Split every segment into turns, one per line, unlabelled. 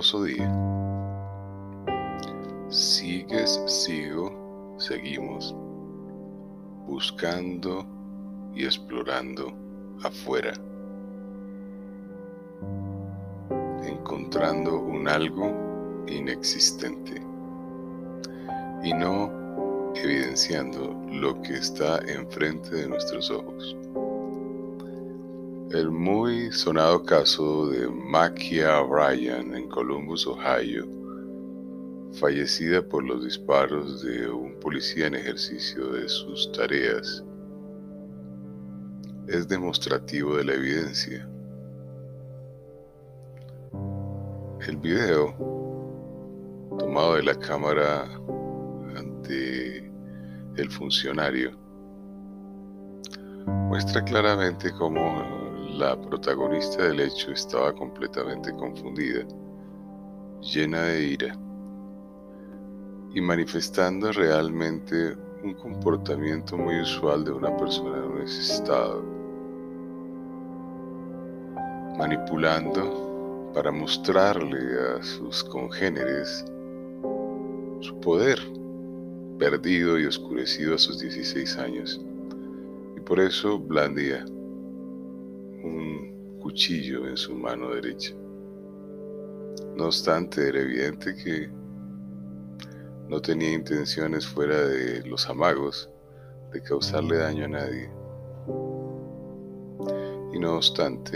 hermoso día. Sigues, sigo, seguimos buscando y explorando afuera, encontrando un algo inexistente y no evidenciando lo que está enfrente de nuestros ojos. El muy sonado caso de Makia Bryan en Columbus, Ohio, fallecida por los disparos de un policía en ejercicio de sus tareas, es demostrativo de la evidencia. El video, tomado de la cámara ante el funcionario, muestra claramente cómo la protagonista del hecho estaba completamente confundida, llena de ira y manifestando realmente un comportamiento muy usual de una persona en ese estado, manipulando para mostrarle a sus congéneres su poder, perdido y oscurecido a sus 16 años, y por eso blandía un cuchillo en su mano derecha. No obstante, era evidente que no tenía intenciones fuera de los amagos de causarle daño a nadie. Y no obstante,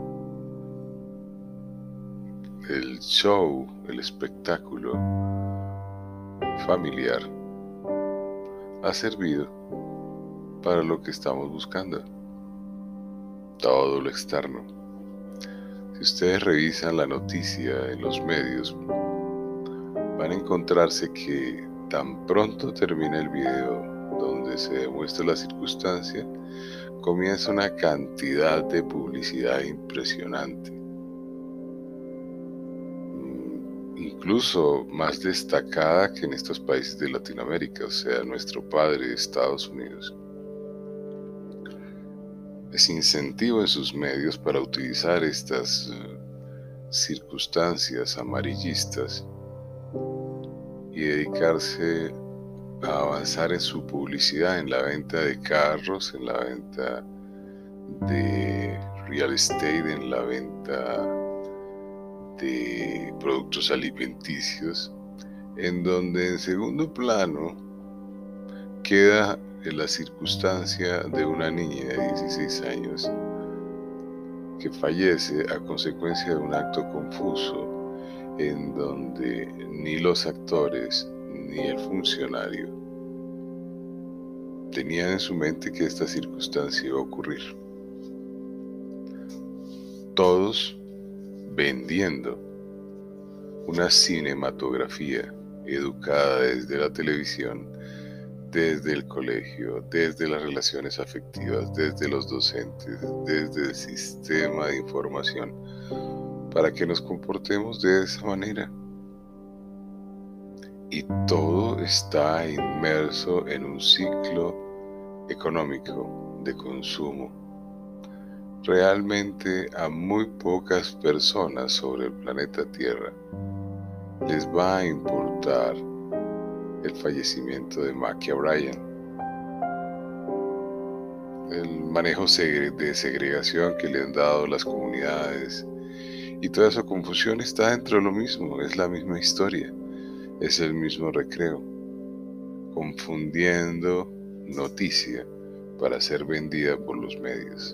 el show, el espectáculo familiar ha servido para lo que estamos buscando. Todo lo externo. Si ustedes revisan la noticia en los medios, van a encontrarse que tan pronto termina el video donde se demuestra la circunstancia, comienza una cantidad de publicidad impresionante. Incluso más destacada que en estos países de Latinoamérica, o sea, nuestro padre, Estados Unidos. Es incentivo en sus medios para utilizar estas circunstancias amarillistas y dedicarse a avanzar en su publicidad, en la venta de carros, en la venta de real estate, en la venta de productos alimenticios, en donde en segundo plano queda la circunstancia de una niña de 16 años que fallece a consecuencia de un acto confuso en donde ni los actores ni el funcionario tenían en su mente que esta circunstancia iba a ocurrir. Todos vendiendo una cinematografía educada desde la televisión, desde el colegio, desde las relaciones afectivas, desde los docentes, desde el sistema de información, para que nos comportemos de esa manera. Y todo está inmerso en un ciclo económico de consumo. Realmente a muy pocas personas sobre el planeta Tierra les va a importar el fallecimiento de Makia Bryan. El manejo de segregación que le han dado las comunidades y toda esa confusión está dentro de lo mismo, es la misma historia, es el mismo recreo, confundiendo noticia para ser vendida por los medios.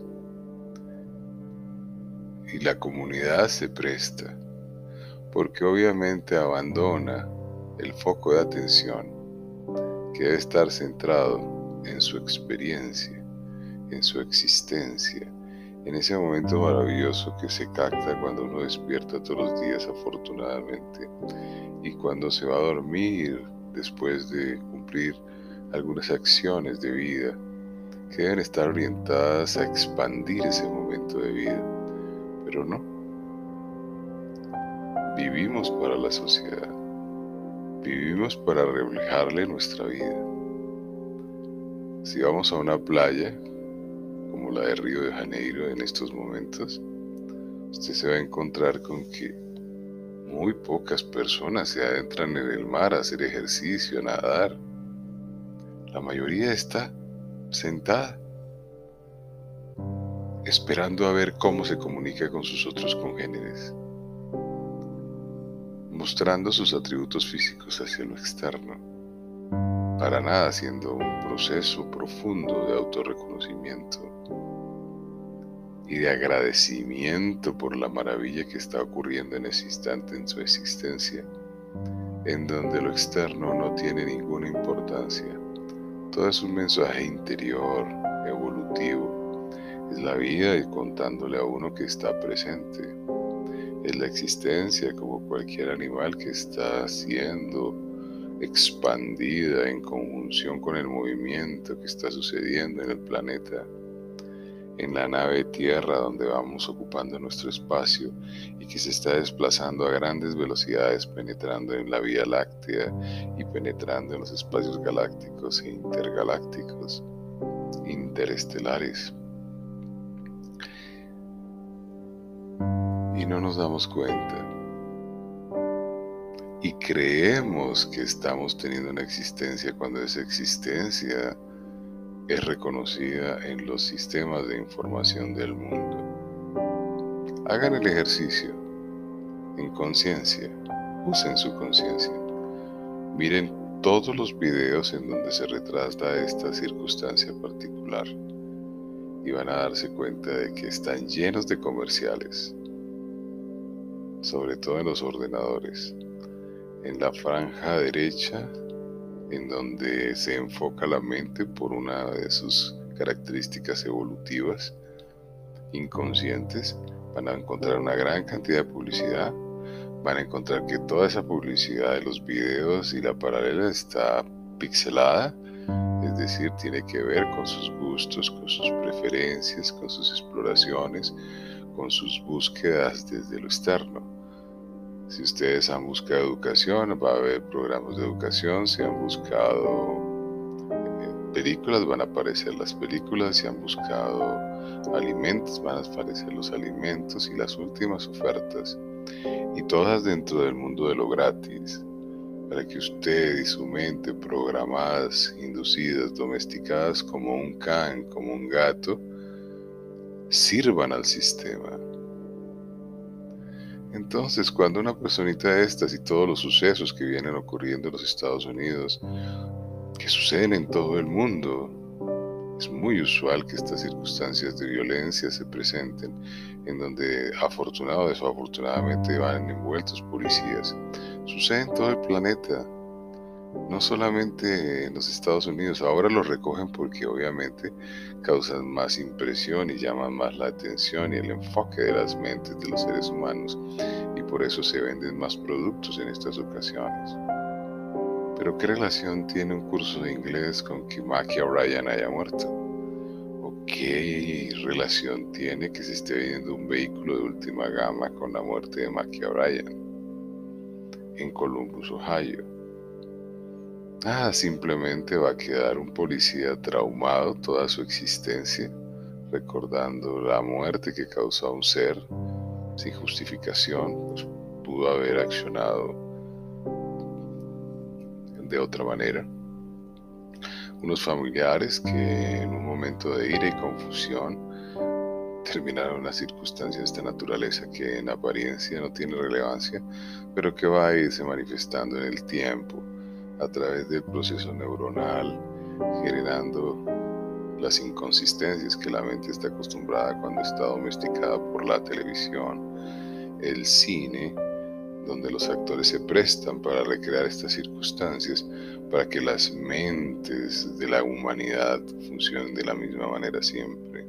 Y la comunidad se presta, porque obviamente abandona el foco de atención que debe estar centrado en su experiencia, en su existencia, en ese momento maravilloso que se capta cuando uno despierta todos los días afortunadamente y cuando se va a dormir después de cumplir algunas acciones de vida que deben estar orientadas a expandir ese momento de vida, pero no. Vivimos para la sociedad, vivimos para reflejarle nuestra vida. Si vamos a una playa, como la de Río de Janeiro en estos momentos, usted se va a encontrar con que Muy pocas personas se adentran en el mar a hacer ejercicio, a nadar. La mayoría está sentada, esperando a ver cómo se comunica con sus otros congéneres, mostrando sus atributos físicos hacia lo externo, para nada haciendo un proceso profundo de autorreconocimiento y de agradecimiento por la maravilla que está ocurriendo en ese instante en su existencia, en donde lo externo no tiene ninguna importancia. Todo es un mensaje interior, evolutivo. Es la vida y contándole a uno que está presente. Es la existencia como cualquier animal que está siendo expandida en conjunción con el movimiento que está sucediendo en el planeta, en la nave Tierra donde vamos ocupando nuestro espacio y que se está desplazando a grandes velocidades, penetrando en la Vía Láctea y penetrando en los espacios galácticos e intergalácticos, interestelares. Y no nos damos cuenta. Y creemos que estamos teniendo una existencia cuando esa existencia es reconocida en los sistemas de información del mundo. Hagan el ejercicio en conciencia, usen su conciencia. Miren todos los videos en donde se retrata esta circunstancia particular y van a darse cuenta de que están llenos de comerciales, sobre todo en los ordenadores. En la franja derecha, en donde se enfoca la mente por una de sus características evolutivas inconscientes, van a encontrar una gran cantidad de publicidad. Van a encontrar que toda esa publicidad de los videos y la paralela está pixelada, es decir, tiene que ver con sus gustos, con sus preferencias, con sus exploraciones, con sus búsquedas desde lo externo. Si ustedes han buscado educación, va a haber programas de educación. Si han buscado películas, van a aparecer las películas. Si han buscado alimentos, van a aparecer los alimentos y las últimas ofertas. Y todas dentro del mundo de lo gratis, para que usted y su mente, programadas, inducidas, domesticadas como un can, como un gato, sirvan al sistema. Entonces, cuando una personita de estas y todos los sucesos que vienen ocurriendo en los Estados Unidos, que suceden en todo el mundo, es muy usual que estas circunstancias de violencia se presenten, en donde afortunado o desafortunadamente van envueltos policías. Sucede en todo el planeta, no solamente en los Estados Unidos. Ahora los recogen porque obviamente causan más impresión y llaman más la atención y el enfoque de las mentes de los seres humanos, y por eso se venden más productos en estas ocasiones. Pero ¿qué relación tiene un curso de inglés con que Mackie O'Ryan haya muerto? ¿O qué relación tiene que se esté vendiendo un vehículo de última gama con la muerte de Mackie O'Ryan en Columbus, Ohio? Simplemente va a quedar un policía traumado toda su existencia, recordando la muerte que causó a un ser sin justificación, pues pudo haber accionado de otra manera. Unos familiares que en un momento de ira y confusión terminaron una circunstancia de esta naturaleza que en apariencia no tiene relevancia, pero que va a irse manifestando en el tiempo a través del proceso neuronal, generando las inconsistencias que la mente está acostumbrada cuando está domesticada por la televisión, el cine, donde los actores se prestan para recrear estas circunstancias para que las mentes de la humanidad funcionen de la misma manera siempre.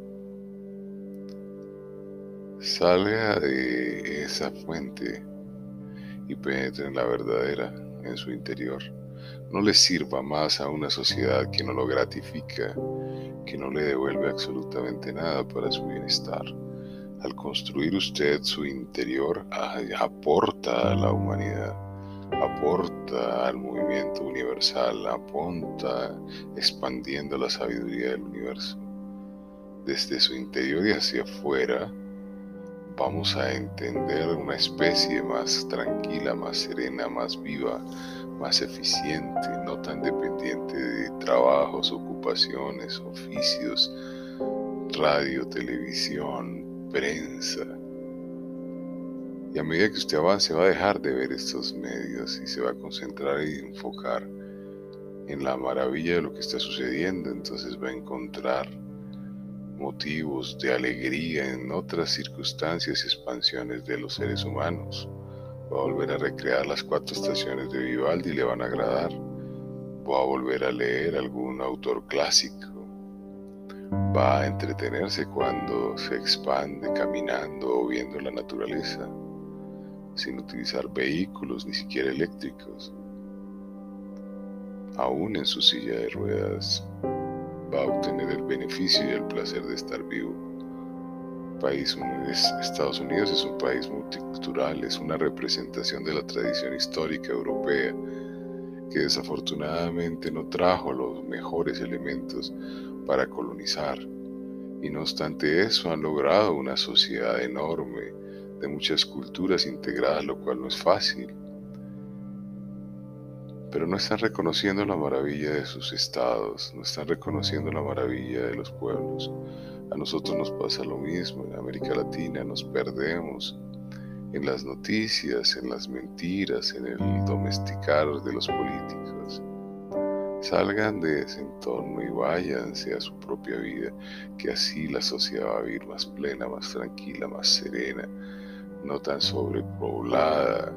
Salga de esa fuente y penetre en la verdadera, en su interior. No le sirva más a una sociedad que no lo gratifica, que no le devuelve absolutamente nada para su bienestar. Al construir usted su interior, aporta a la humanidad, aporta al movimiento universal, apunta expandiendo la sabiduría del universo. Desde su interior y hacia afuera, vamos a entender una especie más tranquila, más serena, más viva, más eficiente, no tan dependiente de trabajos, ocupaciones, oficios, radio, televisión, prensa. Y a medida que usted avance va a dejar de ver estos medios y se va a concentrar y enfocar en la maravilla de lo que está sucediendo. Entonces va a encontrar motivos de alegría en otras circunstancias y expansiones de los seres humanos. Va a volver a recrear las 4 estaciones de Vivaldi y le van a agradar. Va a volver a leer algún autor clásico. Va a entretenerse cuando se expande caminando o viendo la naturaleza, sin utilizar vehículos ni siquiera eléctricos. Aún en su silla de ruedas va a obtener el beneficio y el placer de estar vivo. Estados Unidos es un país multicultural, es una representación de la tradición histórica europea que desafortunadamente no trajo los mejores elementos para colonizar, y no obstante eso han logrado una sociedad enorme de muchas culturas integradas, lo cual no es fácil. Pero no están reconociendo la maravilla de sus estados, no están reconociendo la maravilla de los pueblos. A nosotros nos pasa lo mismo. En América Latina nos perdemos en las noticias, en las mentiras, en el domesticar de los políticos. Salgan de ese entorno y váyanse a su propia vida, que así la sociedad va a vivir más plena, más tranquila, más serena, no tan sobrepoblada,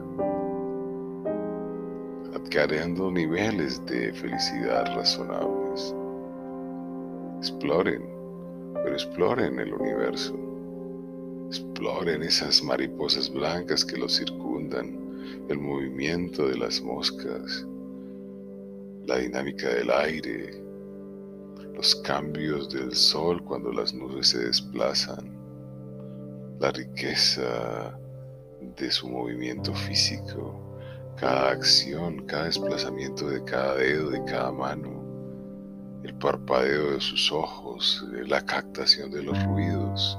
adquiriendo niveles de felicidad razonables. Exploren, pero exploren el universo. Exploren esas mariposas blancas que los circundan, el movimiento de las moscas, la dinámica del aire, los cambios del sol cuando las nubes se desplazan, la riqueza de su movimiento físico, cada acción, cada desplazamiento de cada dedo, de cada mano, el parpadeo de sus ojos, la captación de los ruidos.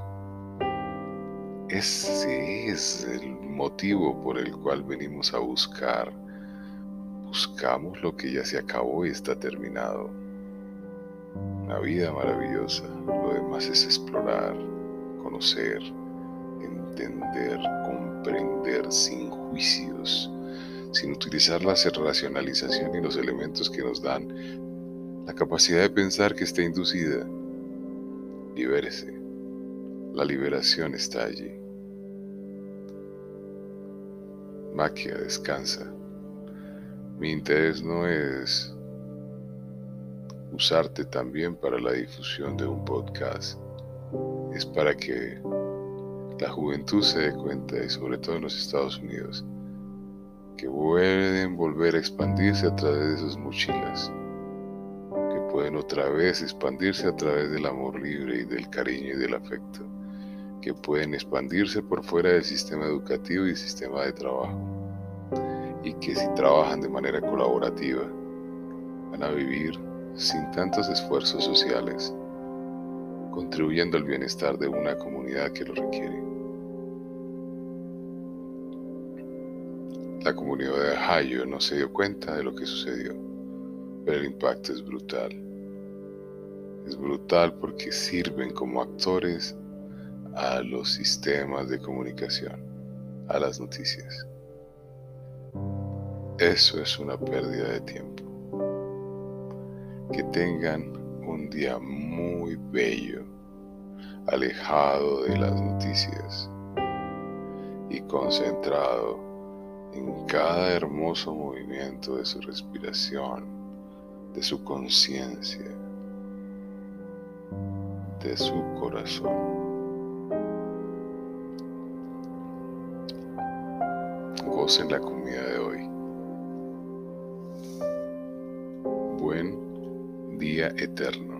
Ese es el motivo por el cual venimos a buscar. Buscamos lo que ya se acabó y está terminado. Una vida maravillosa. Lo demás es explorar, conocer, entender, comprender sin juicios, sin utilizar la racionalización y los elementos que nos dan la capacidad de pensar que está inducida. Libérese. La liberación está allí. Maquia, descansa. Mi interés no es usarte también para la difusión de un podcast. Es para que la juventud se dé cuenta, y sobre todo en los Estados Unidos, que pueden volver a expandirse a través de sus mochilas, que pueden otra vez expandirse a través del amor libre y del cariño y del afecto, que pueden expandirse por fuera del sistema educativo y sistema de trabajo, y que si trabajan de manera colaborativa van a vivir sin tantos esfuerzos sociales, contribuyendo al bienestar de una comunidad que lo requiere. La comunidad de Ohio no se dio cuenta de lo que sucedió, pero el impacto es brutal. Es brutal porque sirven como actores a los sistemas de comunicación, a las noticias. Eso es una pérdida de tiempo. Que tengan un día muy bello, alejado de las noticias y concentrado en cada hermoso movimiento de su respiración, de su conciencia, de su corazón. Gocen la comida de hoy. Buen día eterno.